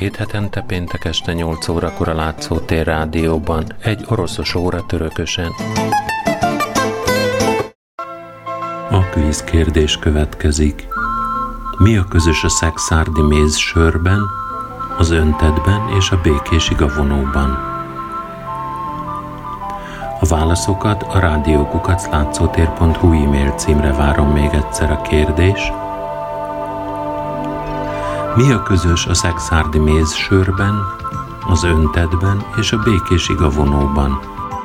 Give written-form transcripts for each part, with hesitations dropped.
Két hetente péntek este 8 órakor a Látszótér rádióban, egy oroszos óra törökösen. A kvíz kérdés következik. Mi a közös a szekszárdi méz sörben, az öntetben és a békés igavonóban? A válaszokat a rádiókukac@látszótér.hu e-mail címre várom még egyszer a kérdés. Mi a közös a szekszárdi méz sörben, az öntetben és a békés igavonóban?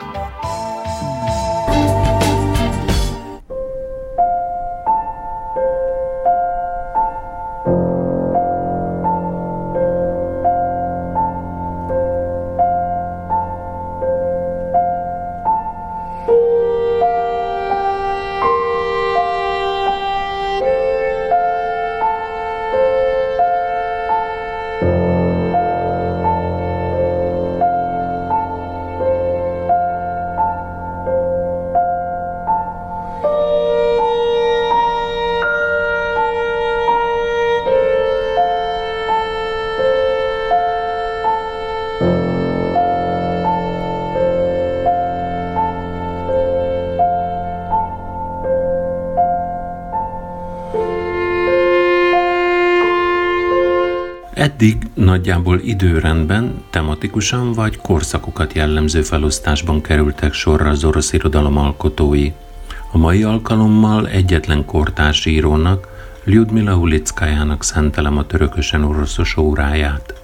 Eddig nagyjából időrendben, tematikusan vagy korszakokat jellemző felosztásban kerültek sorra az orosz irodalom alkotói. A mai alkalommal egyetlen kortárs írónak, Ljudmila Ulickajának szentelem a törökösen oroszos óráját.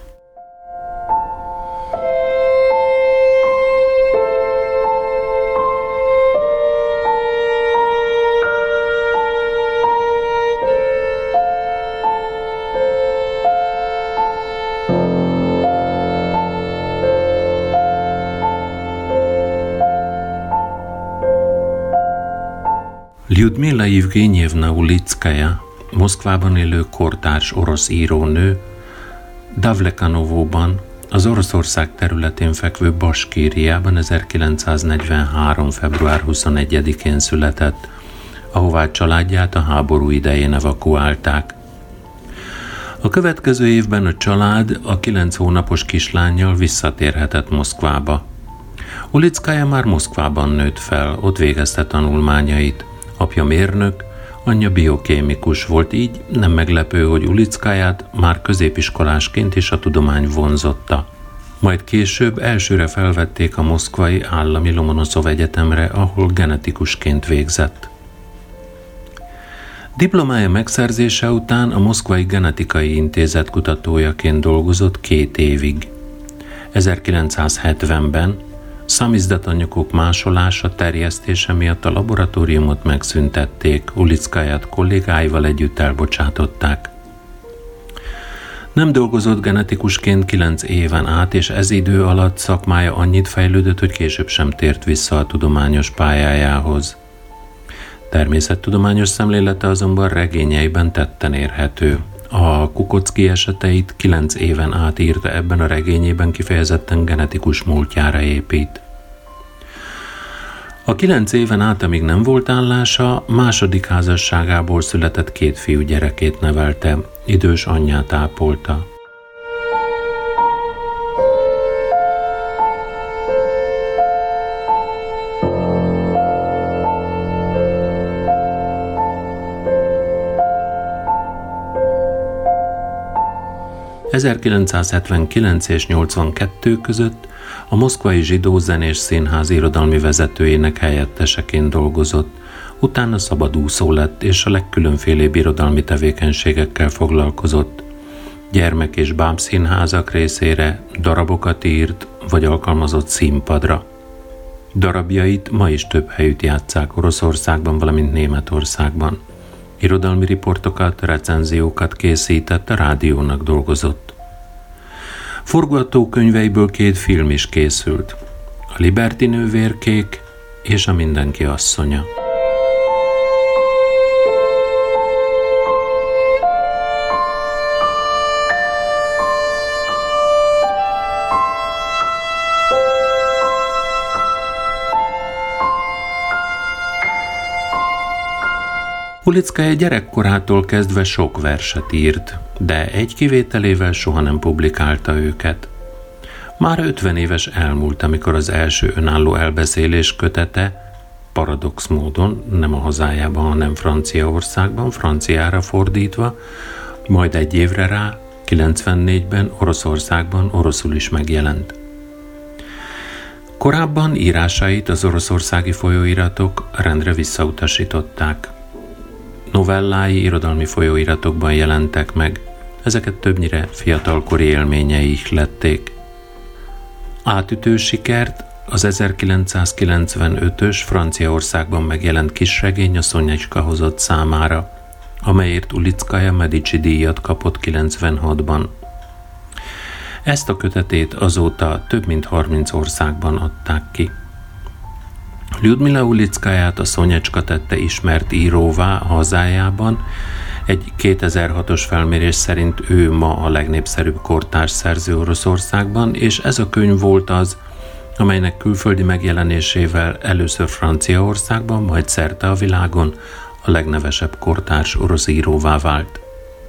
Ljudmila Evgenjevna Ulickaja, Moszkvában élő kortárs orosz írónő, Davlekanovóban, az Oroszország területén fekvő Baskíriában 1943. február 21-én született, ahová családját a háború idején evakuálták. A következő évben a család a 9 hónapos kislánnyal visszatérhetett Moszkvába. Ulickaja már Moszkvában nőtt fel, ott végezte tanulmányait. Apja mérnök, anyja biokémikus volt, így nem meglepő, hogy Ulickaját már középiskolásként is a tudomány vonzotta. Majd később elsőre felvették a moszkvai állami Lomonoszov Egyetemre, ahol genetikusként végzett. Diplomája megszerzése után a Moszkvai Genetikai Intézet kutatójaként dolgozott 2 évig. 1970-ben szamizdatanyagok másolása, terjesztése miatt a laboratóriumot megszüntették, Ulickaját kollégáival együtt elbocsátották. Nem dolgozott genetikusként 9 éven át, és ez idő alatt szakmája annyit fejlődött, hogy később sem tért vissza a tudományos pályájához. Természettudományos szemlélete azonban regényeiben tetten érhető. A Kukocki eseteit 9 éven át írta, ebben a regényében kifejezetten genetikus múltjára épít. A 9 éven át, amíg nem volt állása, második házasságából született 2 fiúgyerekét nevelte, idős anyját ápolta. ...1979 és 82 között a Moszkvai Zsidó Zenés Színház irodalmi vezetőjének helyetteseként dolgozott, utána szabadúszó lett és a legkülönfélébb irodalmi tevékenységekkel foglalkozott. Gyermek- és bábszínházak részére darabokat írt, vagy alkalmazott színpadra. Darabjait ma is több helyütt játsszák Oroszországban, valamint Németországban. Irodalmi riportokat, recenziókat készített, a rádiónak dolgozott. Forgatókönyveiből 2 film is készült, a Liberty nővérkék és a Mindenki asszonya. Ulickaja gyerekkorától kezdve sok verset írt. de egy kivételével soha nem publikálta őket. Már 50 éves elmúlt, amikor az első önálló elbeszélés kötete, paradox módon, nem a hazájában, hanem Franciaországban, franciára fordítva, majd egy évre rá, 94-ben Oroszországban oroszul is megjelent. Korábban írásait az oroszországi folyóiratok rendre visszautasították. Novellái irodalmi folyóiratokban jelentek meg, ezeket többnyire fiatalkori élményei ihlették. Átütő sikert az 1995-ös Franciaországban megjelent kisregény a Szonyecska hozott számára, amelyért Ulickaja Medici díjat kapott 96-ban. Ezt a kötetét azóta több mint 30 országban adták ki. Ljudmila Ulickaját a Szonyecska tette ismert íróvá hazájában, egy 2006-os felmérés szerint ő ma a legnépszerűbb kortárs szerző Oroszországban, és ez a könyv volt az, amelynek külföldi megjelenésével először Franciaországban, majd szerte a világon a legnevesebb kortárs orosz íróvá vált.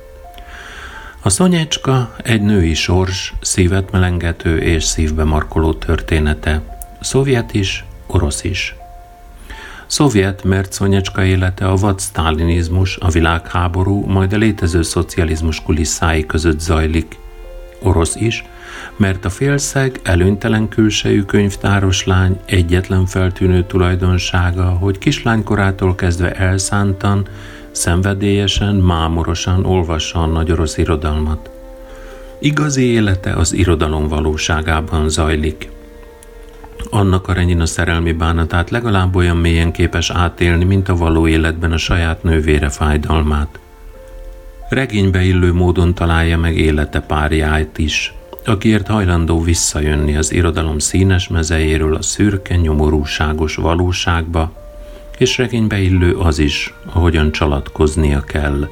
A Szonyecska egy női sors, szívet melengető és szívbe markoló története, szovjet is, orosz is. Szovjet, mert Szonyecska élete a vad sztálinizmus, a világháború, majd a létező szocializmus kulisszái között zajlik. Orosz is, mert a félszeg, előnytelen külsejű könyvtáros lány egyetlen feltűnő tulajdonsága, hogy kislánykorától kezdve elszántan, szenvedélyesen, mámorosan olvassa a nagy orosz irodalmat. Igazi élete az irodalom valóságában zajlik. Anna Karenina szerelmi bánatát legalább olyan mélyen képes átélni, mint a való életben a saját nővére fájdalmát. Regénybe illő módon találja meg élete párját is, akiért hajlandó visszajönni az irodalom színes mezejéről a szürke, nyomorúságos valóságba, és regénybe illő az is, ahogyan csalatkoznia kell.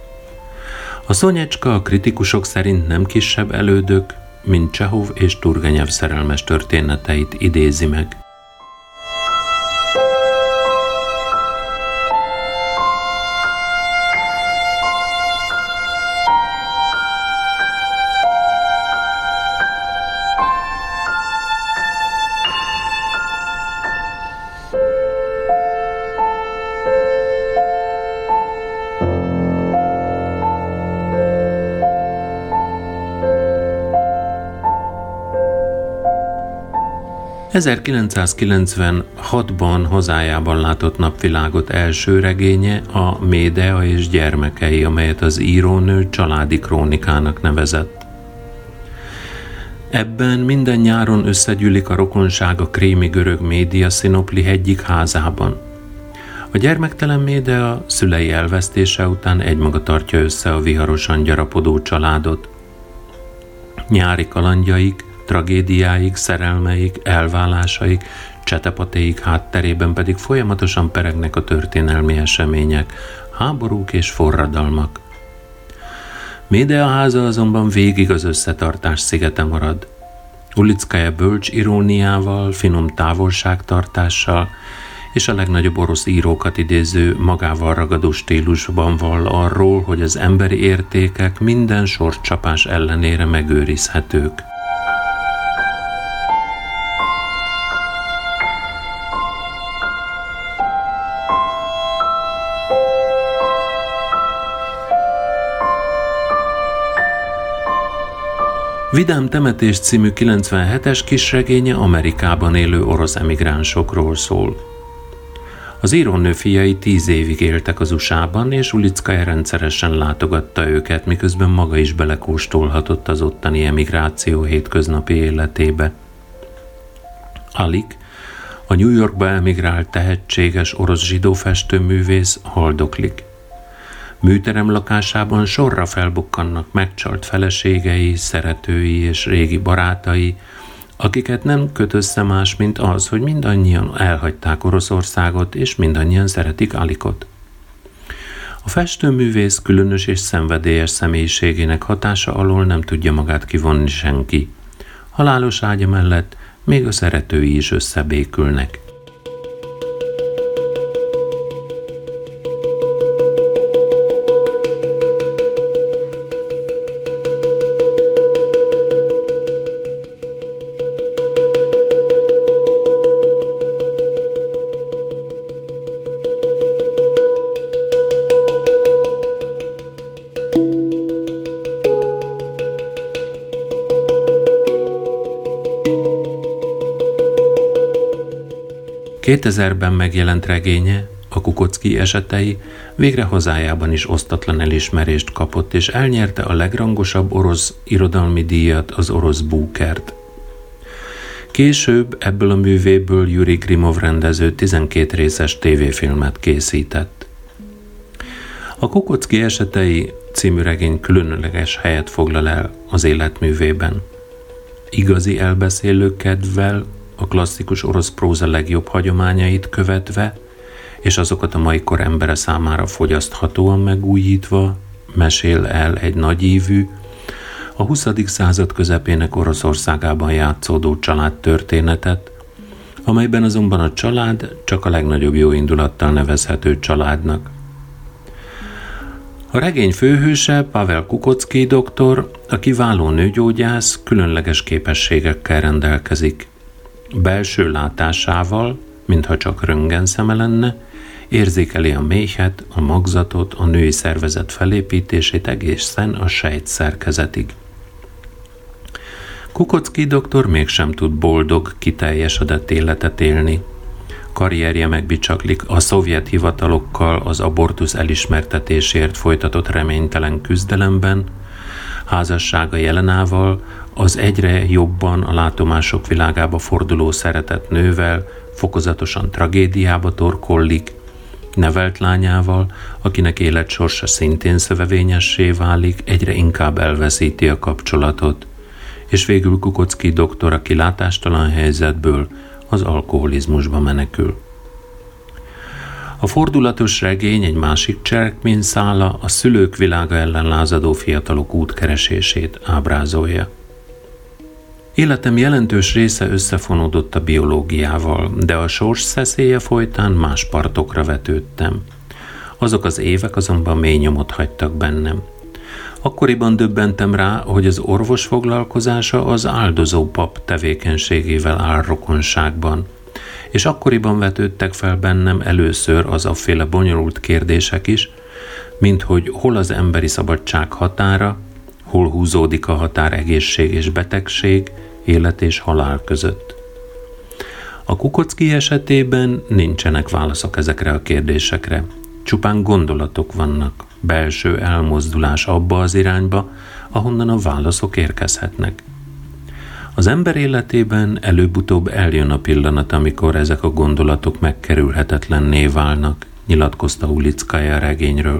A Szonyecska a kritikusok szerint nem kisebb elődök, mint Csehov és Turgenev szerelmes történeteit idézi meg. ...1996-ban hazájában látott napvilágot első regénye a Médea és gyermekei, amelyet az írónő családi krónikának nevezett. Ebben minden nyáron összegyűlik a rokonság a krími görög Média Szinopli egyik házában. A gyermektelen Médea szülei elvesztése után egymaga tartja össze a viharosan gyarapodó családot. Nyári kalandjaik, tragédiáik, szerelmeik, elválásaik, csetepatéik hátterében pedig folyamatosan peregnek a történelmi események, háborúk és forradalmak. Médea háza azonban végig az összetartás szigete marad. Ulickaja bölcs iróniával, finom távolságtartással és a legnagyobb orosz írókat idéző, magával ragadó stílusban vall arról, hogy az emberi értékek minden sorscsapás ellenére megőrizhetők. Vidám temetés című 97-es kisregénye Amerikában élő orosz emigránsokról szól. Az írónő fiai 10 évig éltek az USA-ban, és Ulickaja rendszeresen látogatta őket, miközben maga is belekóstolhatott az ottani emigráció hétköznapi életébe. Alik, a New Yorkba emigrált tehetséges orosz zsidó festőművész haldoklik. Műterem lakásában sorra felbukkannak megcsalt feleségei, szeretői és régi barátai, akiket nem köt össze más, mint az, hogy mindannyian elhagyták Oroszországot, és mindannyian szeretik Alikot. A festőművész különös és szenvedélyes személyiségének hatása alól nem tudja magát kivonni senki. Halálos ágya mellett még a szeretői is összebékülnek. 2000-ben megjelent regénye, a Kukocki esetei végre hazájában is osztatlan elismerést kapott, és elnyerte a legrangosabb orosz irodalmi díjat, az orosz Búkert. Később ebből a művéből Jurij Grimov rendező 12 részes tévéfilmet készített. A Kukocki esetei című regény különleges helyet foglal el az életművében. Igazi elbeszélő kedvvel, a klasszikus orosz próza legjobb hagyományait követve, és azokat a mai kor embere számára fogyaszthatóan megújítva mesél el egy nagyívű, a 20. század közepének Oroszországában játszódó családtörténetet, amelyben azonban a család csak a legnagyobb jóindulattal nevezhető családnak. A regény főhőse, Pavel Kukocki doktor, a kiváló nőgyógyász, különleges képességekkel rendelkezik. Belső látásával, mintha csak röntgenszeme lenne, érzékeli a méhet, a magzatot, a női szervezet felépítését egészen a sejtszerkezetig. Kukocki doktor mégsem tud boldog, kiteljesedett életet élni. Karrierje megbicsaklik a szovjet hivatalokkal az abortusz elismertetésért folytatott reménytelen küzdelemben, házassága Jelenával, az egyre jobban a látomások világába forduló szeretett nővel fokozatosan tragédiába torkollik, nevelt lányával, akinek életsorsa szintén szövevényessé válik, egyre inkább elveszíti a kapcsolatot, és végül Kukocki doktor a kilátástalan helyzetből az alkoholizmusba menekül. A fordulatos regény egy másik cselekményszála, a szülők világa ellen lázadó fiatalok útkeresését ábrázolja. Életem jelentős része összefonódott a biológiával, de a sors szeszélye folytán más partokra vetődtem. Azok az évek azonban mély nyomot hagytak bennem. Akkoriban döbbentem rá, hogy az orvos foglalkozása az áldozó pap tevékenységével áll rokonságban, és akkoriban vetődtek fel bennem először az afféle bonyolult kérdések is, mint hogy hol az emberi szabadság határa, hol húzódik a határ egészség és betegség, élet és halál között. A Kukocki esetében nincsenek válaszok ezekre a kérdésekre, csupán gondolatok vannak, belső elmozdulás abba az irányba, ahonnan a válaszok érkezhetnek. Az ember életében előbb-utóbb eljön a pillanat, amikor ezek a gondolatok megkerülhetetlenné válnak, nyilatkozta Ulickaja a regényről.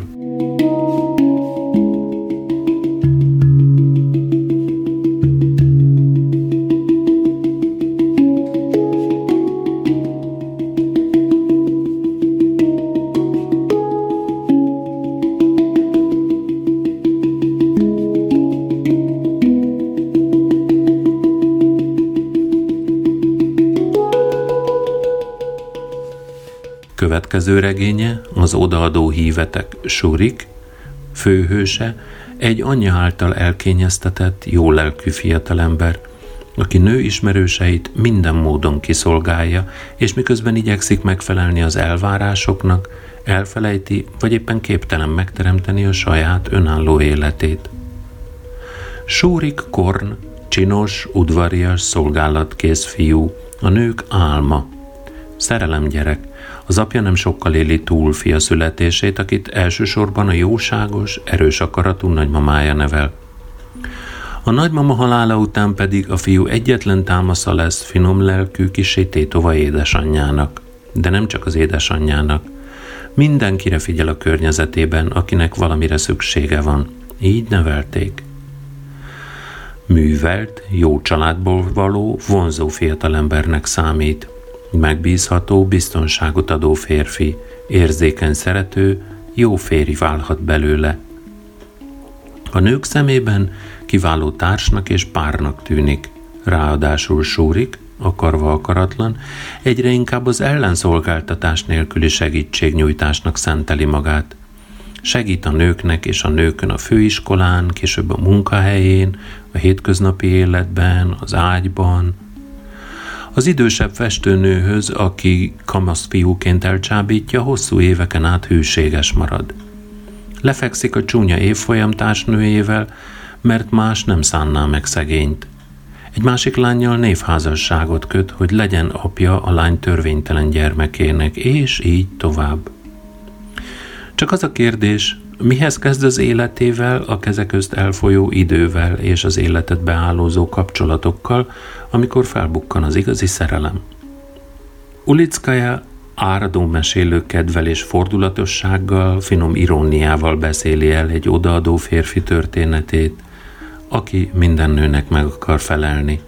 Következő regénye, az odaadó hívetek Surik, főhőse, egy anyja által elkényeztetett, jólelkű fiatalember, aki nő ismerőseit minden módon kiszolgálja, és miközben igyekszik megfelelni az elvárásoknak, elfelejti, vagy éppen képtelen megteremteni a saját önálló életét. Surik Korn, csinos, udvarias, szolgálatkész fiú, a nők álma. Szerelemgyerek, az apja nem sokkal éli túl fia születését, akit elsősorban a jóságos, erős akaratú nagymamája nevel. A nagymama halála után pedig a fiú egyetlen támasza lesz finom lelkű, kissé tétova édesanyjának. De nem csak az édesanyjának. Mindenkire figyel a környezetében, akinek valamire szüksége van. Így nevelték. Művelt, jó családból való, vonzó fiatalembernek számít. Megbízható, biztonságot adó férfi, érzékeny szerető, jó férj válhat belőle. A nők szemében kiváló társnak és párnak tűnik. Ráadásul Surik, akarva akaratlan, egyre inkább az ellenszolgáltatás nélküli segítségnyújtásnak szenteli magát. Segít a nőknek és a nőkön a főiskolán, később a munkahelyén, a hétköznapi életben, az ágyban. Az idősebb festőnőhöz, aki kamaszfiúként elcsábítja, hosszú éveken át hűséges marad. Lefekszik a csúnya évfolyam társnőjével, mert más nem szánná meg szegényt. Egy másik lánnyal névházasságot köt, hogy legyen apja a lány törvénytelen gyermekének, és így tovább. Csak az a kérdés, mihez kezd az életével, a keze közt elfolyó idővel és az életet beállózó kapcsolatokkal, amikor felbukkan az igazi szerelem? Ulickaja áradó mesélő kedvel és fordulatossággal, finom iróniával beszéli el egy odaadó férfi történetét, aki minden nőnek meg akar felelni.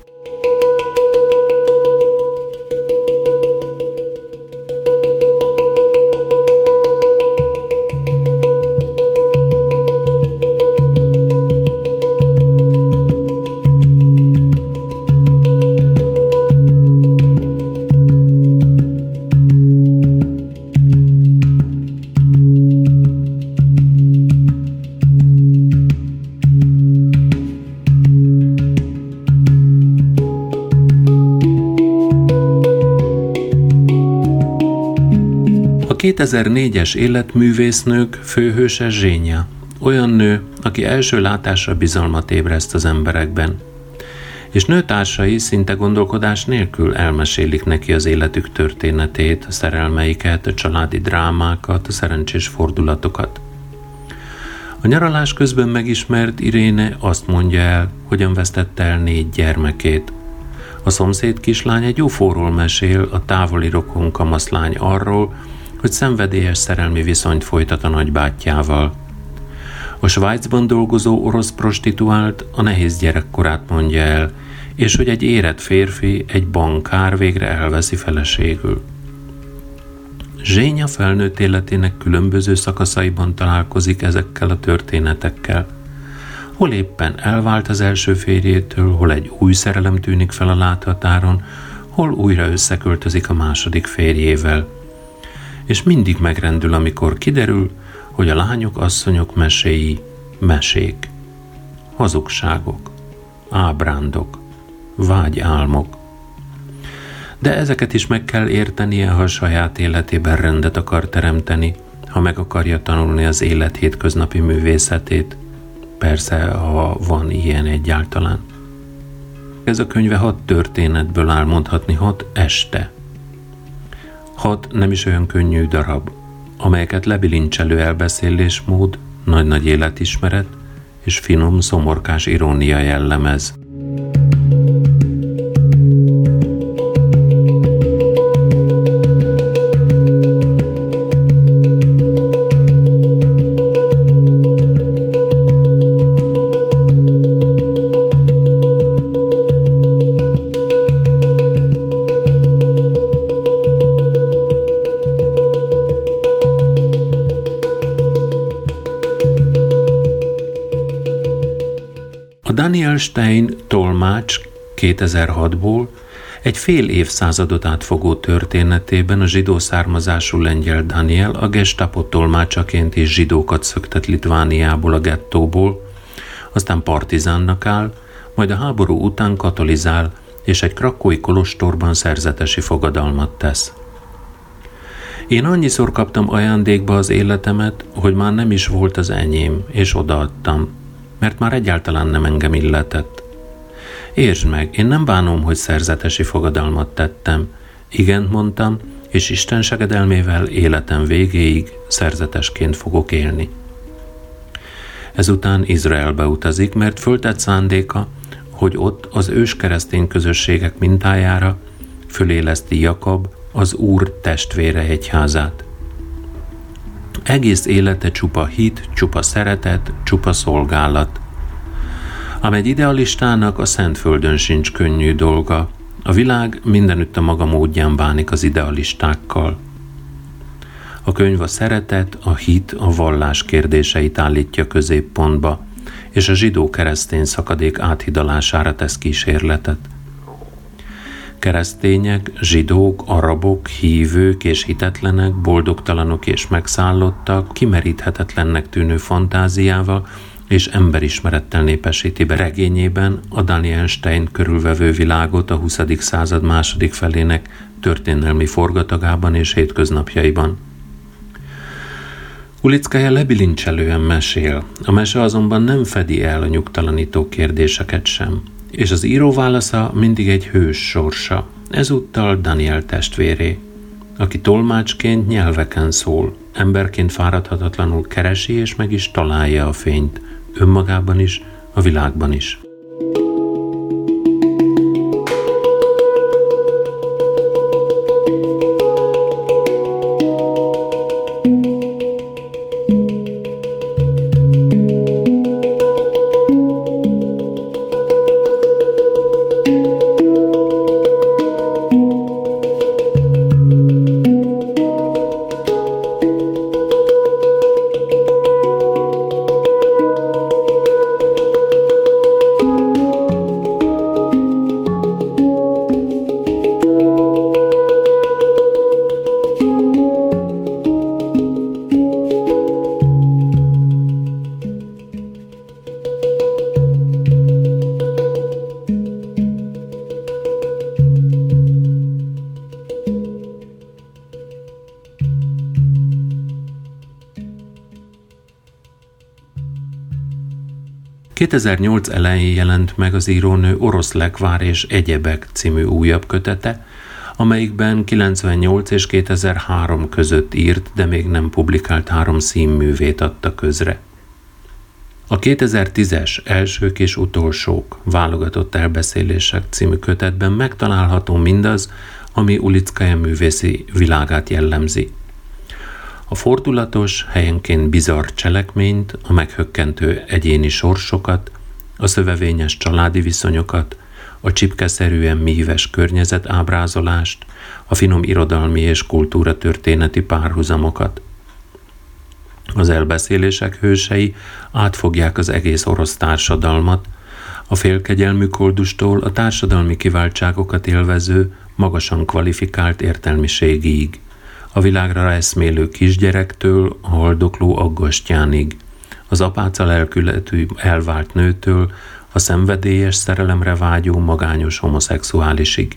A 2004-es életművésznők főhőse Zsenya, olyan nő, aki első látásra bizalmat ébreszt az emberekben, és nőtársai szinte gondolkodás nélkül elmesélik neki az életük történetét, a szerelmeiket, a családi drámákat, a szerencsés fordulatokat. A nyaralás közben megismert Iréne azt mondja el, hogyan vesztette el 4 gyermekét. A szomszéd kislány egy UFO-ról mesél, a távoli rokon kamaszlány arról, hogy szenvedélyes szerelmi viszonyt folytat a nagybátyjával. A Svájcban dolgozó orosz prostituált a nehéz gyerekkorát mondja el, és hogy egy érett férfi, egy bankár végre elveszi feleségül. Zsenya felnőtt életének különböző szakaszaiban találkozik ezekkel a történetekkel. Hol éppen elvált az első férjétől, hol egy új szerelem tűnik fel a láthatáron, hol újra összeköltözik a második férjével. És mindig megrendül, amikor kiderül, hogy a lányok, asszonyok meséi mesék, hazugságok, ábrándok, vágyálmok. De ezeket is meg kell értenie, ha a saját életében rendet akar teremteni, ha meg akarja tanulni az élet hétköznapi művészetét, persze, ha van ilyen egyáltalán. Ez a könyve 6 történetből áll, mondhatni 6 este. 6 nem is olyan könnyű darab, amelyeket lebilincselő elbeszélésmód, nagy-nagy életismeret és finom, szomorkás irónia jellemez. Daniel Stein tolmács 2006-ból egy fél évszázadot átfogó történetében a zsidó származású lengyel Daniel a Gestapo tolmácsaként és zsidókat szöktet Litvániából, a gettóból, aztán partizánnak áll, majd a háború után katolizál, és egy krakói kolostorban szerzetesi fogadalmat tesz. Én annyiszor kaptam ajándékba az életemet, hogy már nem is volt az enyém, és odaadtam, mert már egyáltalán nem engem illetett. Értsd meg, én nem bánom, hogy szerzetesi fogadalmat tettem. Igent mondtam, és Isten segedelmével életem végéig szerzetesként fogok élni. Ezután Izraelbe utazik, mert föltett szándéka, hogy ott az őskeresztény közösségek mintájára föléleszti Jakab, az Úr testvére egyházát. Egész élete csupa hit, csupa szeretet, csupa szolgálat. Ám egy idealistának a Szentföldön sincs könnyű dolga. A világ mindenütt a maga módján bánik az idealistákkal. A könyv a szeretet, a hit, a vallás kérdéseit állítja középpontba, és a zsidó-keresztény szakadék áthidalására tesz kísérletet. Keresztények, zsidók, arabok, hívők és hitetlenek, boldogtalanok és megszállottak, kimeríthetetlennek tűnő fantáziával és emberismerettel népesíti be regényében a Daniel Stein körülvevő világot a 20. század második felének történelmi forgatagában és hétköznapjaiban. Ulickaja lebilincselően mesél, a mese azonban nem fedi el a nyugtalanító kérdéseket sem. És az író válasza mindig egy hős sorsa, ezúttal Daniel testvéré, aki tolmácsként nyelveken szól, emberként fáradhatatlanul keresi és meg is találja a fényt, önmagában is, a világban is. ...2008 elején jelent meg az írónő Orosz lekvár és egyebek című újabb kötete, amelyikben 98 és 2003 között írt, de még nem publikált 3 színművét adta közre. A 2010-es Elsők és utolsók válogatott elbeszélések című kötetben megtalálható mindaz, ami Ulickaja művészi világát jellemzi. A fordulatos, helyenként bizarr cselekményt, a meghökkentő egyéni sorsokat, a szövevényes családi viszonyokat, a csipkeszerűen míves környezetábrázolást, a finom irodalmi és kultúratörténeti párhuzamokat. Az elbeszélések hősei átfogják az egész orosz társadalmat, a félkegyelmű koldustól a társadalmi kiváltságokat élvező, magasan kvalifikált értelmiségig, a világra eszmélő kisgyerektől a haldokló aggostyánig, az apáca lelkületű elvált nőtől a szenvedélyes szerelemre vágyó magányos homoszexuálisig.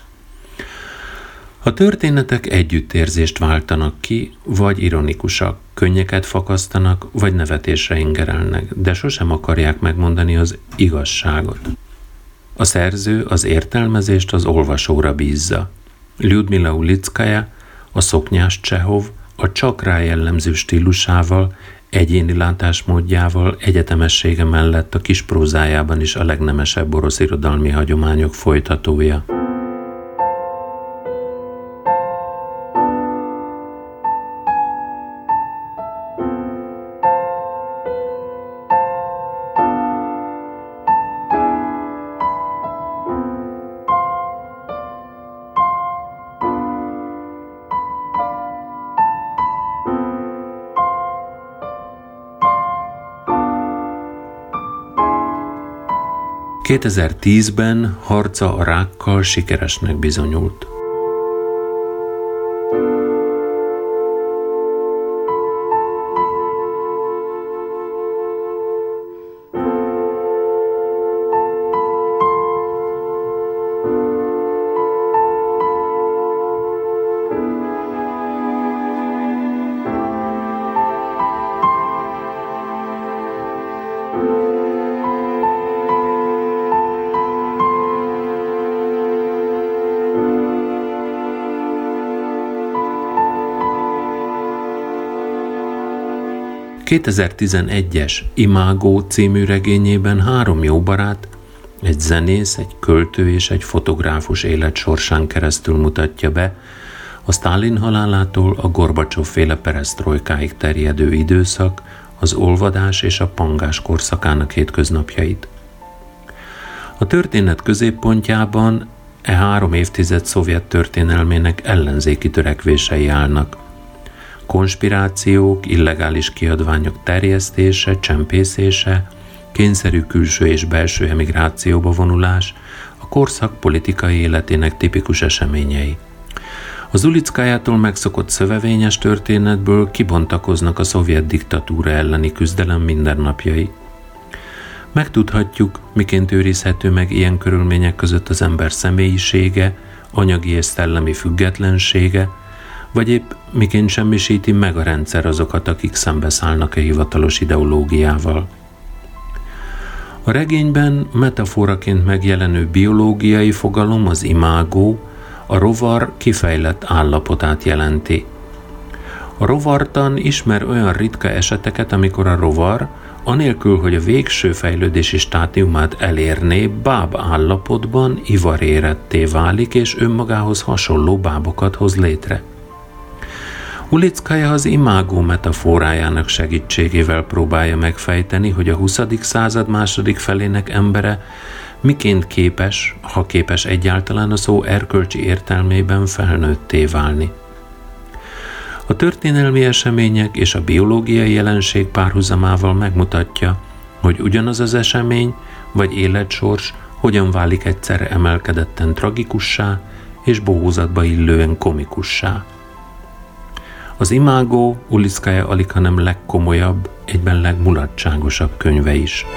A történetek együttérzést váltanak ki, vagy ironikusak, könnyeket fakasztanak, vagy nevetésre ingerelnek, de sosem akarják megmondani az igazságot. A szerző az értelmezést az olvasóra bízza. Ljudmila Ulickaja a szoknyás Csehov a csak rá jellemző stílusával, egyéni látásmódjával, egyetemessége mellett a kisprózájában is a legnemesebb orosz irodalmi hagyományok folytatója. ...2010-ben harca a rákkal sikeresnek bizonyult. A 2011-es Imágó című regényében 3 jó barát, egy zenész, egy költő és egy fotográfus életsorsán keresztül mutatja be a Sztálin halálától a Gorbacsov-féle peresztrojkáig terjedő időszak, az olvadás és a pangás korszakának hétköznapjait. A történet középpontjában 3 évtized szovjet történelmének ellenzéki törekvései állnak. Konspirációk, illegális kiadványok terjesztése, csempészése, kényszerű külső és belső emigrációba vonulás, a korszak politikai életének tipikus eseményei. Az Ulickajától megszokott szövevényes történetből kibontakoznak a szovjet diktatúra elleni küzdelem mindennapjai. Megtudhatjuk, miként őrizhető meg ilyen körülmények között az ember személyisége, anyagi és szellemi függetlensége, vagy épp miként semmisíti meg a rendszer azokat, akik szembeszállnak a hivatalos ideológiával. A regényben metaforaként megjelenő biológiai fogalom, az imágó, a rovar kifejlett állapotát jelenti. A rovartan ismer olyan ritka eseteket, amikor a rovar, anélkül, hogy a végső fejlődési stádiumát elérné, báb állapotban ivaréretté válik, és önmagához hasonló bábokat hoz létre. Ulickaja az imágó metaforájának segítségével próbálja megfejteni, hogy a 20. század második felének embere miként képes, ha képes egyáltalán a szó erkölcsi értelmében felnőtté válni. A történelmi események és a biológiai jelenség párhuzamával megmutatja, hogy ugyanaz az esemény vagy életsors hogyan válik egyszerre emelkedetten tragikussá és bohózatba illően komikussá. Az imágó Ulickaja alighanem legkomolyabb, egyben legmulatságosabb könyve is.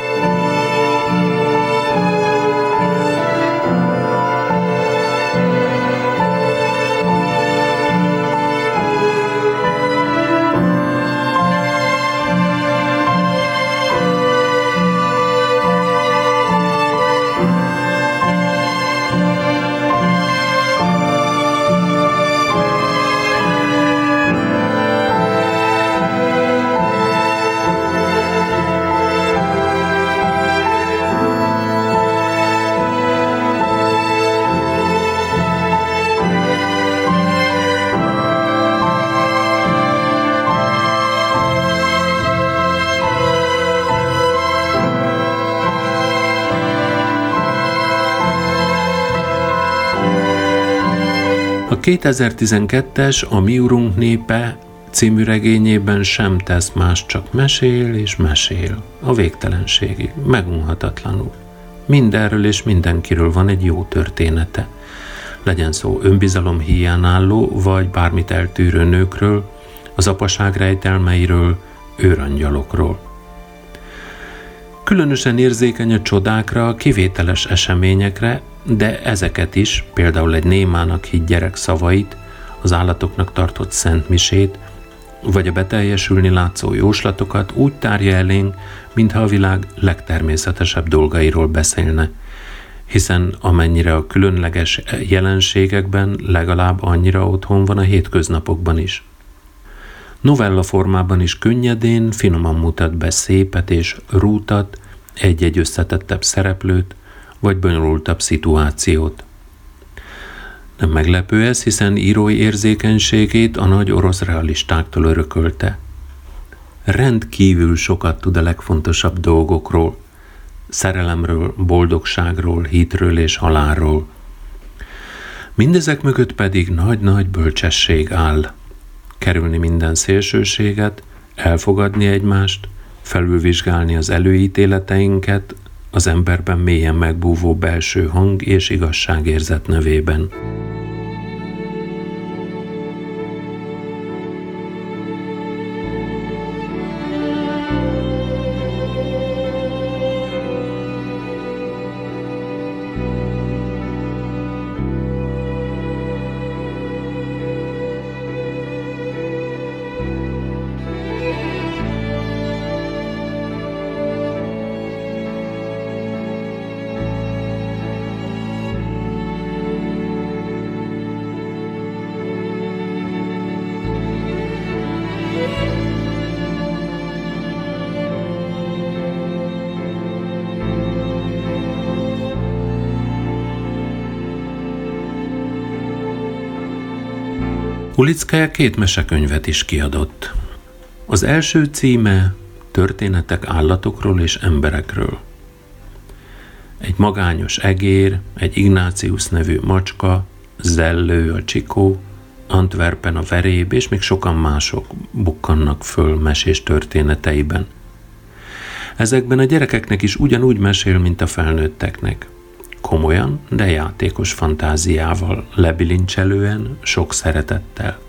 A 2012-es A mi urunk népe című regényében sem tesz más, csak mesél és mesél, a végtelenségig, megunhatatlanul. Mindenről és mindenkiről van egy jó története. Legyen szó önbizalom híján álló, vagy bármit eltűrő nőkről, az apaság rejtelmeiről, őrangyalokról. Különösen érzékeny a csodákra, a kivételes eseményekre, de ezeket is, például egy némának hitt gyerek szavait, az állatoknak tartott szentmisét, vagy a beteljesülni látszó jóslatokat úgy tárja elénk, mintha a világ legtermészetesebb dolgairól beszélne, hiszen amennyire a különleges jelenségekben, legalább annyira otthon van a hétköznapokban is. Novella formában is könnyedén, finoman mutat be szépet és rútat, egy-egy összetettebb szereplőt, vagy bonyolultabb szituációt. Nem meglepő ez, hiszen írói érzékenységét a nagy orosz realistáktól örökölte. Rendkívül sokat tud a legfontosabb dolgokról, szerelemről, boldogságról, hitről és halálról. Mindezek mögött pedig nagy-nagy bölcsesség áll. Kerülni minden szélsőséget, elfogadni egymást, felülvizsgálni az előítéleteinket, az emberben mélyen megbúvó belső hang és igazságérzet nevében. Ulickaja 2 mesekönyvet is kiadott. Az első címe Történetek állatokról és emberekről. Egy magányos egér, egy Ignácius nevű macska, Zellő a csikó, Antwerpen a veréb és még sokan mások bukkannak föl mesés történeteiben. Ezekben a gyerekeknek is ugyanúgy mesél, mint a felnőtteknek. Komolyan, de játékos fantáziával, lebilincselően, sok szeretettel.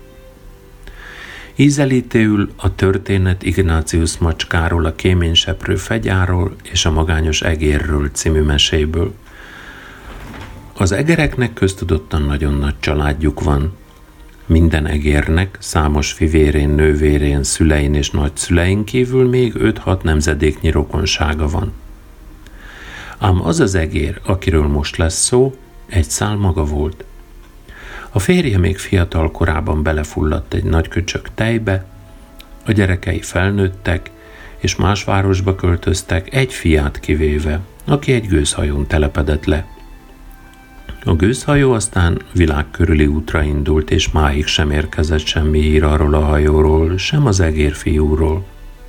Ízelítőül a történet Ignácius macskáról, a kéményseprő fegyáról és a magányos egérről című meséből. Az egereknek köztudottan nagyon nagy családjuk van. Minden egérnek számos fivérén, nővérén, szülein és nagyszülein kívül még 5-6 nemzedéknyi rokonsága van. Ám az az egér, akiről most lesz szó, egy szál maga volt. A férje még fiatal korában belefulladt egy nagy köcsög tejbe, a gyerekei felnőttek, és más városba költöztek, egy fiát kivéve, aki egy gőzhajón telepedett le. A gőzhajó aztán világ körüli útra indult, és máig sem érkezett semmi hír arról a hajóról, sem az egér fiúról.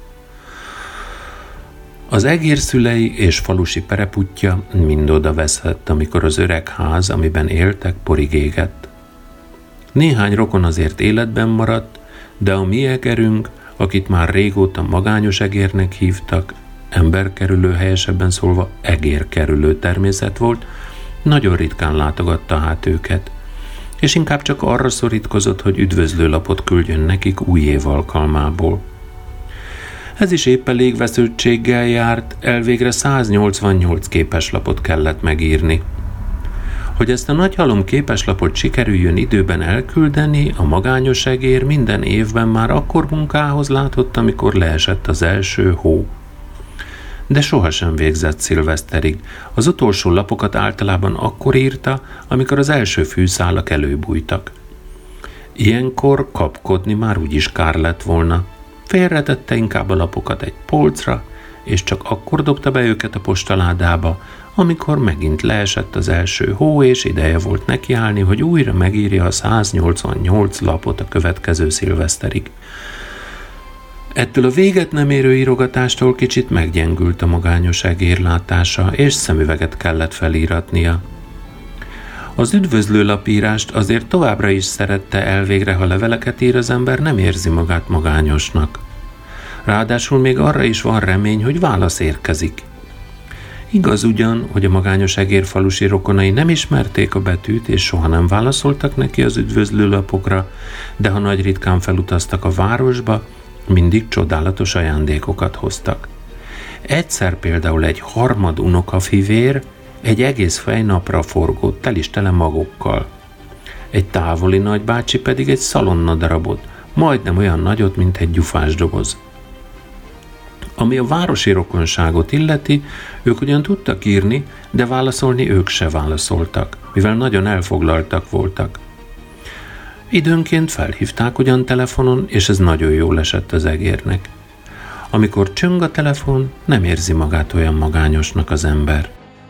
Az egér szülei és falusi pereputja mind oda veszett, amikor az öreg ház, amiben éltek, porig égett. Néhány rokon azért életben maradt, de a mi egerünk, akit már régóta magányos egérnek hívtak, emberkerülő, helyesebben szólva egérkerülő természet volt, nagyon ritkán látogatta hát őket, és inkább csak arra szorítkozott, hogy üdvözlőlapot küldjön nekik új év alkalmából. Ez is épp elég veszültséggel járt, elvégre 188 képeslapot kellett megírni. Hogy ezt a nagyhalom képeslapot sikerüljön időben elküldeni, a magányos egér minden évben már akkor munkához látott, amikor leesett az első hó. De sohasem végzett szilveszterig. Az utolsó lapokat általában akkor írta, amikor az első fűszálak előbújtak. Ilyenkor kapkodni már úgyis kár lett volna. Félretette inkább a lapokat egy polcra, és csak akkor dobta be őket a postaládába, amikor megint leesett az első hó, és ideje volt nekiállni, hogy újra megírja a 188 lapot a következő szilveszterig. Ettől a véget nem érő írogatástól kicsit meggyengült a magányos egér látása, és szemüveget kellett felíratnia. Az üdvözlőlapírást azért továbbra is szerette, elvégre, ha leveleket ír az ember, nem érzi magát magányosnak. Ráadásul még arra is van remény, hogy válasz érkezik. Igaz ugyan, hogy a magányos egér falusi rokonai nem ismerték a betűt, és soha nem válaszoltak neki az üdvözlőlapokra, de ha nagy ritkán felutaztak a városba, mindig csodálatos ajándékokat hoztak. Egyszer például egy harmad unokafivér egy egész fejnapra forgott, tel is tele magokkal. Egy távoli nagybácsi pedig egy szalonnadarabot, majdnem olyan nagyot, mint egy gyufás doboz. Ami a városi rokonságot illeti, ők ugyan tudtak írni, de válaszolni ők se válaszoltak, mivel nagyon elfoglaltak voltak. Időnként felhívták ugyan telefonon, és ez nagyon jól esett az egérnek. Amikor csöng a telefon, nem érzi magát olyan magányosnak az ember.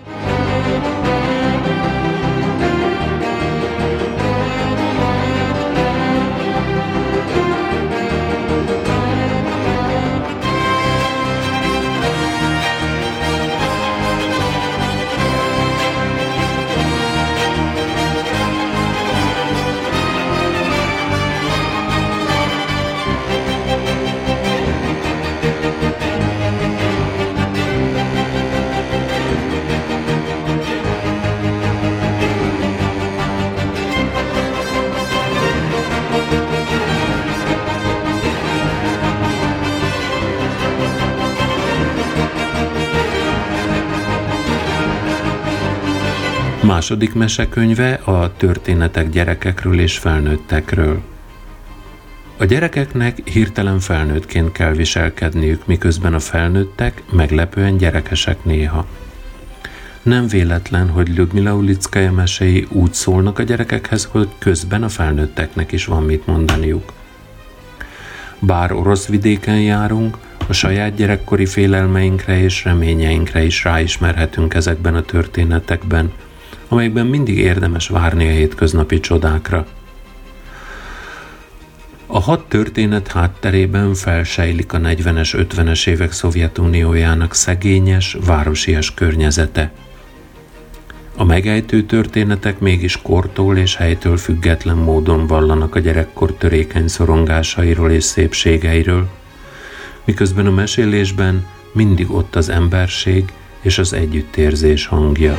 Második mesekönyve a történetek gyerekekről és felnőttekről. A gyerekeknek hirtelen felnőttként kell viselkedniük, miközben a felnőttek meglepően gyerekesek néha. Nem véletlen, hogy Ljudmila Ulickaja meséi úgy szólnak a gyerekekhez, hogy közben a felnőtteknek is van mit mondaniuk. Bár orosz vidéken járunk, a saját gyerekkori félelmeinkre és reményeinkre is ráismerhetünk ezekben a történetekben, amelyekben mindig érdemes várni a hétköznapi csodákra. A 6 történet hátterében felsejlik a 40-es, 50-es évek Szovjetuniójának szegényes, városias környezete. A megejtő történetek mégis kortól és helytől független módon vallanak a gyerekkor törékeny szorongásairól és szépségeiről, miközben a mesélésben mindig ott az emberség és az együttérzés hangja.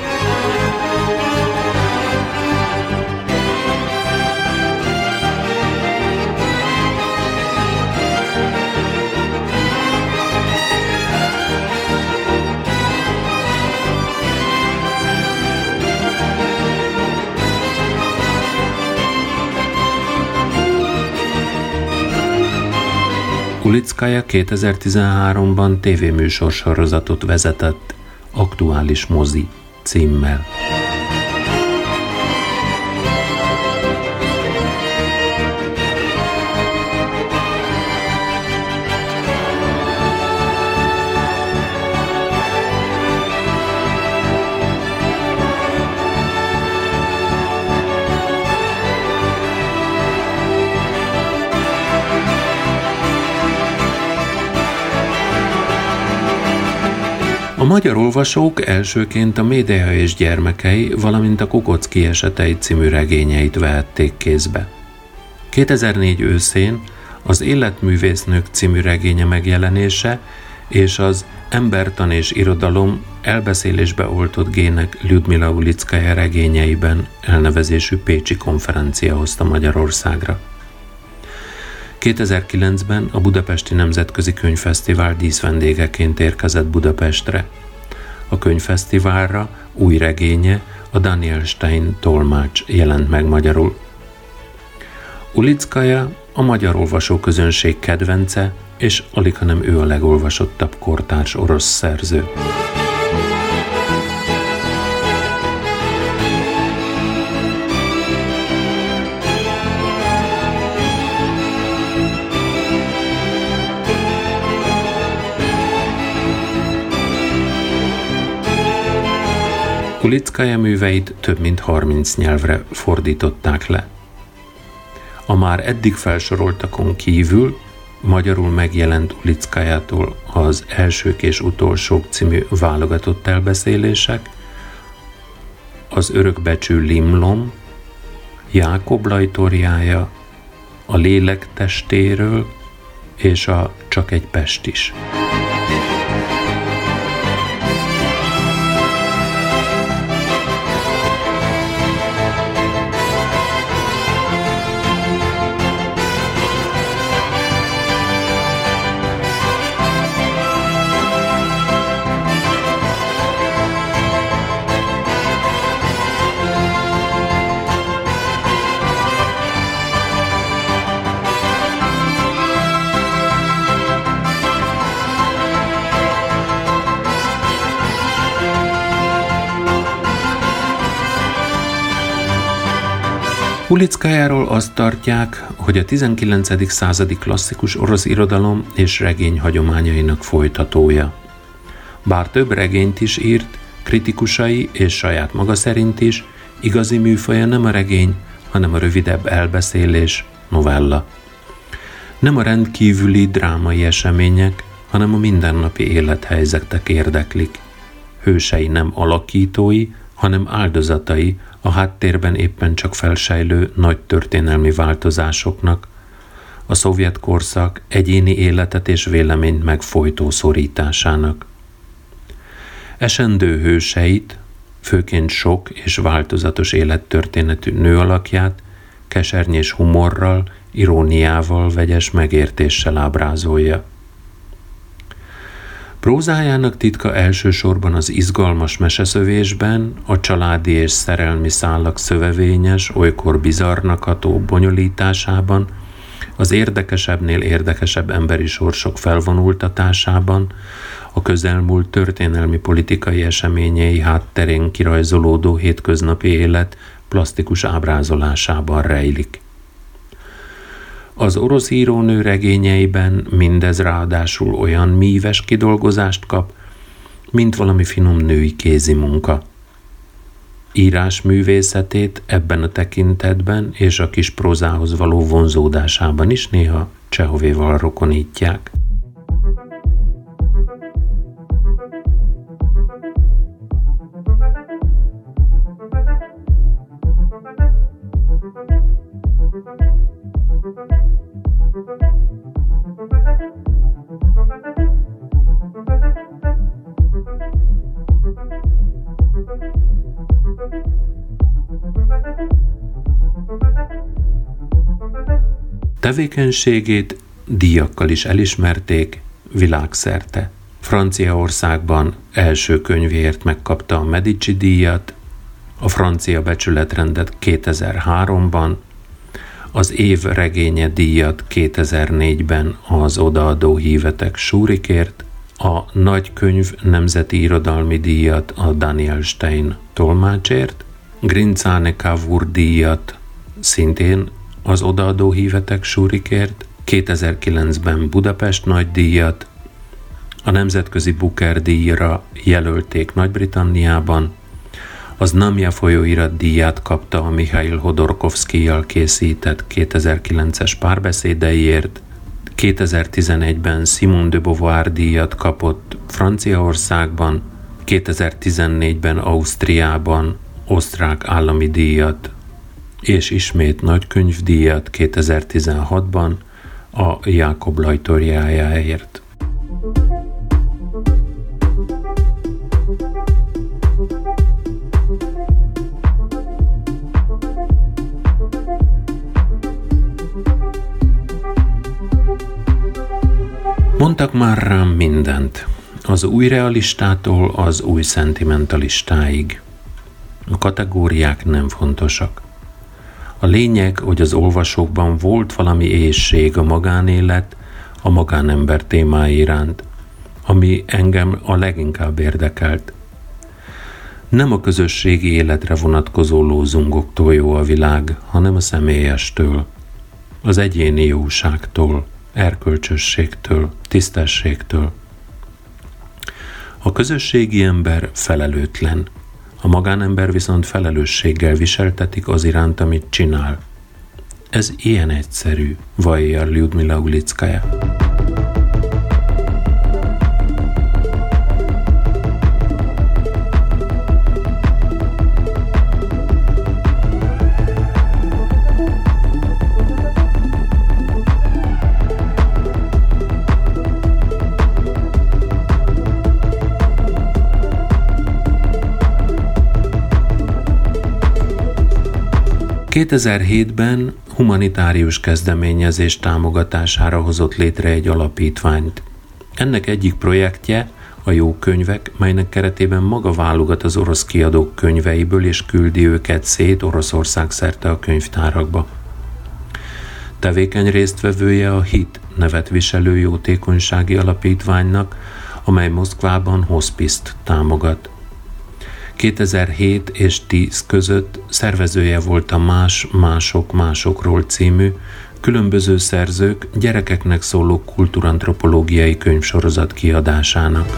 Ulickaja 2013-ban tévéműsor sorozatot vezetett, Aktuális mozi címmel. A magyar olvasók elsőként a Médeia és gyermekei, valamint a Kukocki esetei című regényeit vehették kézbe. 2004 őszén az Életművésznők című regénye megjelenése és az Embertan és irodalom elbeszélésbe oltott gének Ljudmila Ulickaja regényeiben elnevezésű pécsi konferencia hozta Magyarországra. 2009-ben a Budapesti Nemzetközi Könyvfesztivál díszvendégeként érkezett Budapestre. A könyvfesztiválra új regénye, a Daniel Stein tolmács jelent meg magyarul. Ulickaja a magyar olvasóközönség kedvence, és alighanem ő a legolvasottabb kortárs orosz szerző. Ulickaja műveit több mint 30 nyelvre fordították le. A már eddig felsoroltakon kívül magyarul megjelent Ulickajától az Elsők és utolsók című válogatott elbeszélések, az örökbecsű Limlom, Jákob lajtorjája, a lélek testéről és a Csak egy Pest is. Ulickajáról azt tartják, hogy a 19. századi klasszikus orosz irodalom és regény hagyományainak folytatója. Bár több regényt is írt, kritikusai és saját maga szerint is, igazi műfaja nem a regény, hanem a rövidebb elbeszélés, novella. Nem a rendkívüli drámai események, hanem a mindennapi élethelyzetek érdeklik. Hősei nem alakítói, hanem áldozatai a háttérben éppen csak felsejlő nagy történelmi változásoknak, a szovjet korszak egyéni életet és véleményt megfojtó szorításának. Esendő hőseit, főként sok és változatos élettörténetű nő alakját kesernyés humorral, iróniával, vegyes megértéssel ábrázolja. Prózájának titka elsősorban az izgalmas meseszövésben, a családi és szerelmi szálak szövevényes, olykor bizarrnak ható bonyolításában, az érdekesebbnél érdekesebb emberi sorsok felvonultatásában, a közelmúlt történelmi politikai eseményei hátterén kirajzolódó hétköznapi élet plasztikus ábrázolásában rejlik. Az orosz írónő regényeiben mindez ráadásul olyan míves kidolgozást kap, mint valami finom női kézimunka. Írásművészetét ebben a tekintetben és a kis prózához való vonzódásában is néha Csehovéval rokonítják. Tevékenységét díjakkal is elismerték világszerte. Franciaországban első könyvéért megkapta a Medici díjat, a francia becsületrendet 2003-ban, az év regénye díjat 2004-ben az odaadó hívetek Súrikért, a Nagykönyv Nemzeti Irodalmi Díjat a Daniel Stein tolmácsért, Grinzane Cavour díjat szintén az odaadó hívetek Súrikért, 2009-ben Budapest nagydíjat, a Nemzetközi Booker díjra jelölték Nagy-Britanniában, az Znamja folyóirat díját kapta a Mihail Hodorkovszkijjal készített 2009-es párbeszédeiért, 2011-ben Simone de Beauvoir díjat kapott Franciaországban, 2014-ben Ausztriában osztrák állami díjat, és ismét nagykönyvdíjat 2016-ban a Jákob Lajtorjájáért. Mondtak már rám mindent, az új realistától az új szentimentalistáig. A kategóriák nem fontosak. A lényeg, hogy az olvasókban volt valami éhség a magánélet, a magánember témái iránt, ami engem a leginkább érdekelt. Nem a közösségi életre vonatkozó lózungoktól jó a világ, hanem a személyestől, az egyéni jóságtól, erkölcsösségtől, tisztességtől. A közösségi ember felelőtlen, a magánember viszont felelősséggel viseltetik az iránt, amit csinál. Ez ilyen egyszerű, vallja Ljudmila Ulickaja. ...2007-ben humanitárius kezdeményezés támogatására hozott létre egy alapítványt. Ennek egyik projektje a Jó könyvek, melynek keretében maga válogat az orosz kiadók könyveiből és küldi őket szét Oroszország szerte a könyvtárakba. Tevékeny résztvevője a HIT nevet viselő jótékonysági alapítványnak, amely Moszkvában hospice-t támogat. 2007 és 10 között szervezője volt a Másokról című különböző szerzők gyerekeknek szóló kultúrantropológiai könyvsorozat kiadásának.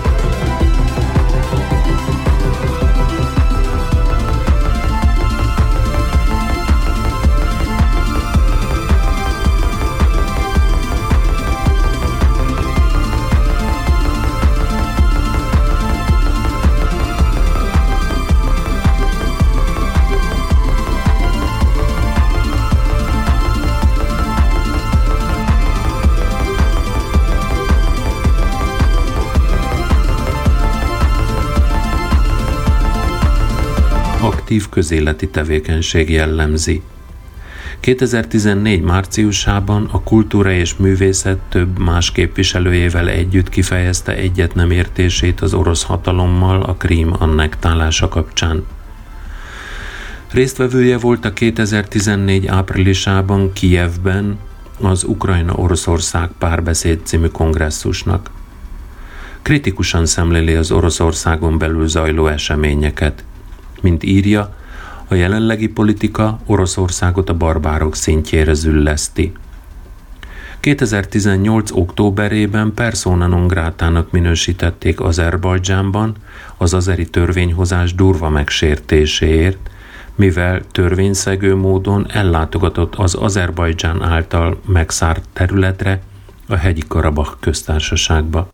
Aktív közéleti tevékenység jellemzi. 2014 márciusában a Kultúra és Művészet több más képviselőjével együtt kifejezte egyetnemértését az orosz hatalommal a Krím annektálása kapcsán. Résztvevője volt a 2014 áprilisában Kijevben az Ukrajna-Oroszország párbeszéd című kongresszusnak. Kritikusan szemléli az Oroszországon belül zajló eseményeket. Mint írja, a jelenlegi politika Oroszországot a barbárok szintjére zülleszti. 2018. októberében persona non gratának minősítették Azerbajdzsánban az azeri törvényhozás durva megsértéséért, mivel törvényszegő módon ellátogatott az Azerbajdzsán által megszárt területre, a hegyi Karabakh köztársaságba.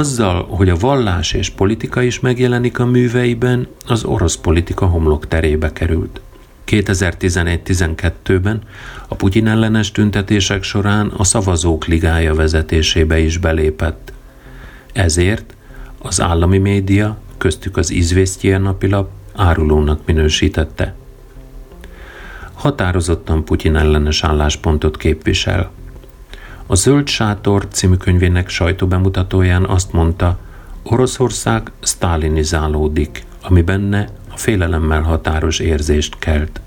Azzal, hogy a vallás és politika is megjelenik a műveiben, az orosz politika homlokterébe került. 2011-12-ben a Putyin ellenes tüntetések során a Szavazók Ligája vezetésébe is belépett. Ezért az állami média, köztük az Izvesztije napilap árulónak minősítette. Határozottan Putyin ellenes álláspontot képvisel. A Zöld Sátor című könyvének sajtóbemutatóján azt mondta, Oroszország sztálinizálódik, ami benne a félelemmel határos érzést kelt.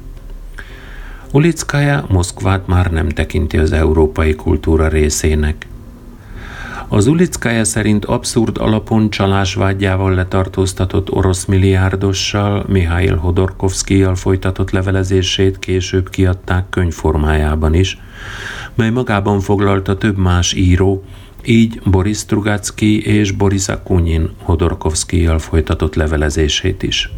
Ulickaja Moszkvát már nem tekinti az európai kultúra részének. Az Ulickaja szerint abszurd alapon csalásvádjával letartóztatott orosz milliárdossal, Mihail Hodorkovszkijjal folytatott levelezését később kiadták könyvformájában is, mely magában foglalta több más író, így Boris Strugatsky és Boris Akunin Hodorkovszkijjal folytatott levelezését is.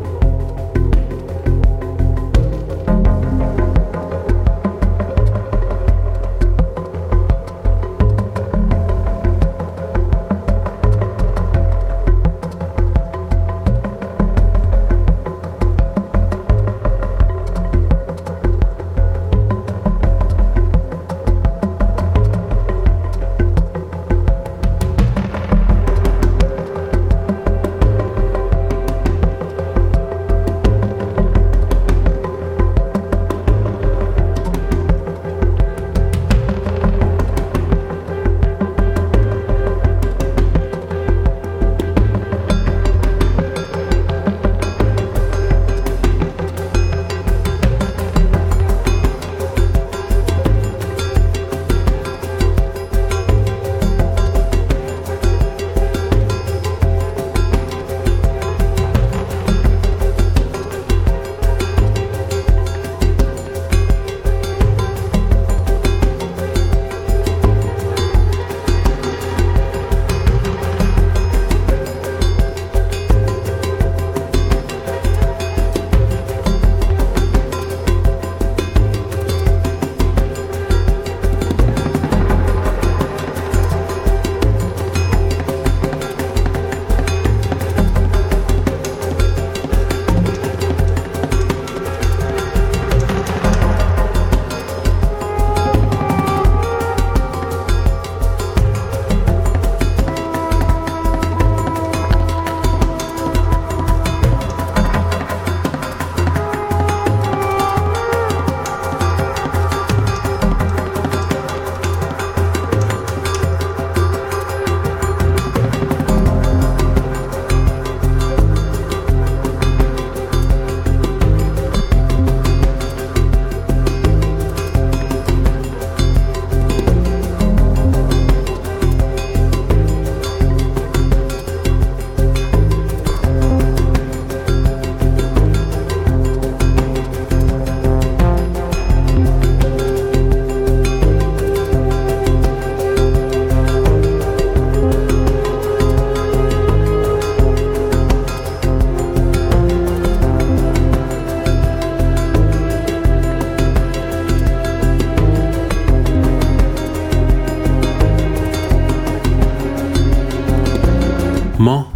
Ma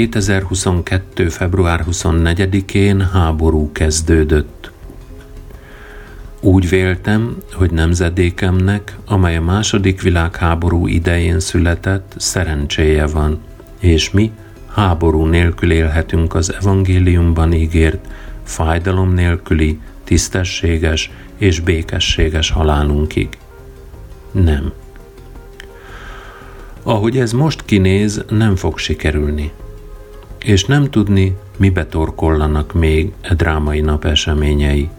2022. február 24-én háború kezdődött. Úgy véltem, hogy nemzedékemnek, amely a II. Világháború idején született, szerencséje van, és mi háború nélkül élhetünk az evangéliumban ígért, fájdalom nélküli, tisztességes és békességes halálunkig. Nem. Ahogy ez most kinéz, nem fog sikerülni. És nem tudni, mibe torkollanak még e drámai nap eseményei.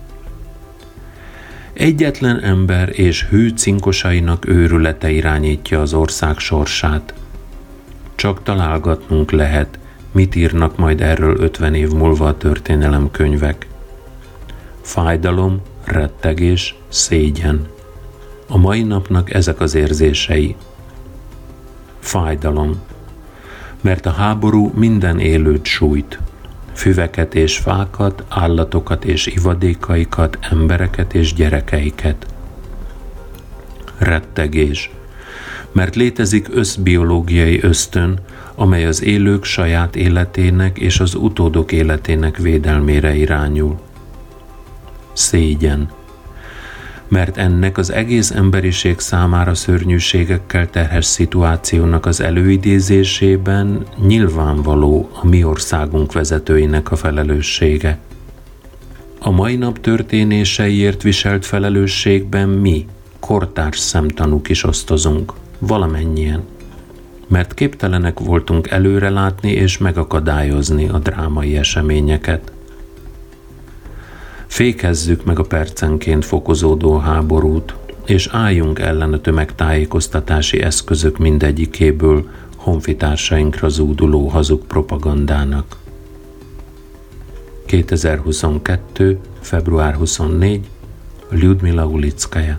Egyetlen ember és hű cinkosainak őrülete irányítja az ország sorsát. Csak találgatnunk lehet, mit írnak majd erről 50 év múlva a történelemkönyvek. Fájdalom, rettegés, szégyen. A mai napnak ezek az érzései. Fájdalom, mert a háború minden élőt sújt. Füveket és fákat, állatokat és ivadékaikat, embereket és gyerekeiket. Rettegés, Mert létezik összbiológiai ösztön, amely az élők saját életének és az utódok életének védelmére irányul. Szégyen. Mert ennek az egész emberiség számára szörnyűségekkel terhes szituációnak az előidézésében nyilvánvaló a mi országunk vezetőinek a felelőssége. A mai nap történéseiért viselt felelősségben mi, kortárs szemtanúk is osztozunk, valamennyien, mert képtelenek voltunk előrelátni és megakadályozni a drámai eseményeket. Fékezzük meg a percenként fokozódó háborút, és álljunk ellen a tömegtájékoztatási eszközök mindegyikéből honfitársainkra zúduló hazug propagandának. 2022. február 24. Lyudmila Ulickaja.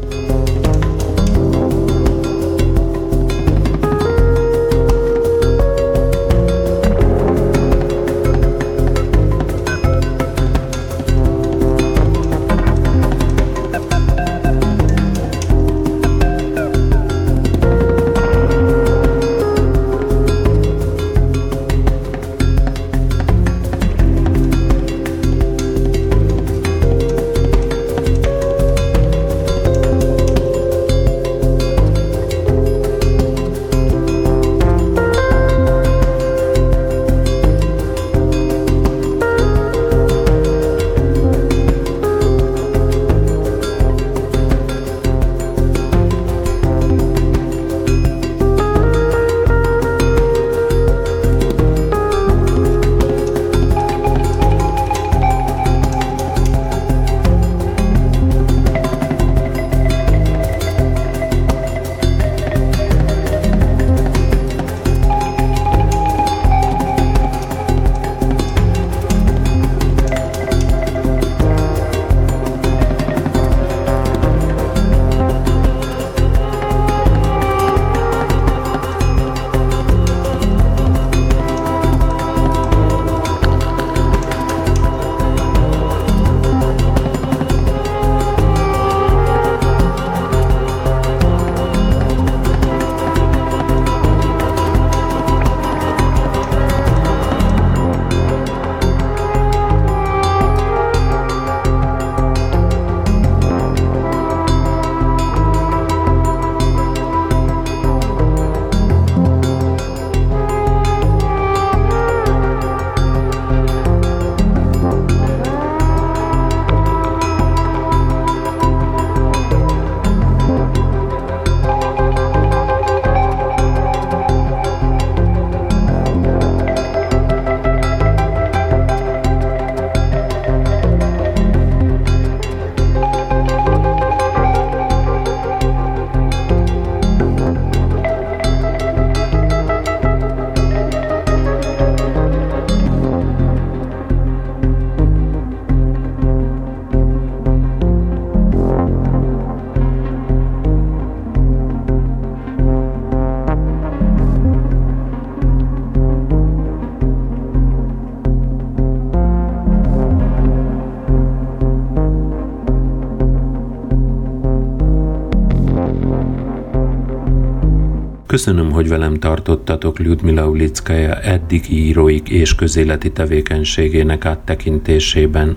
Köszönöm, hogy velem tartottatok Lyudmila Ulickaja eddigi íróik és közéleti tevékenységének áttekintésében.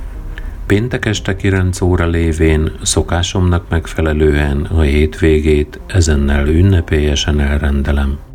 Péntek este 9 óra lévén szokásomnak megfelelően a hétvégét ezennel ünnepélyesen elrendelem.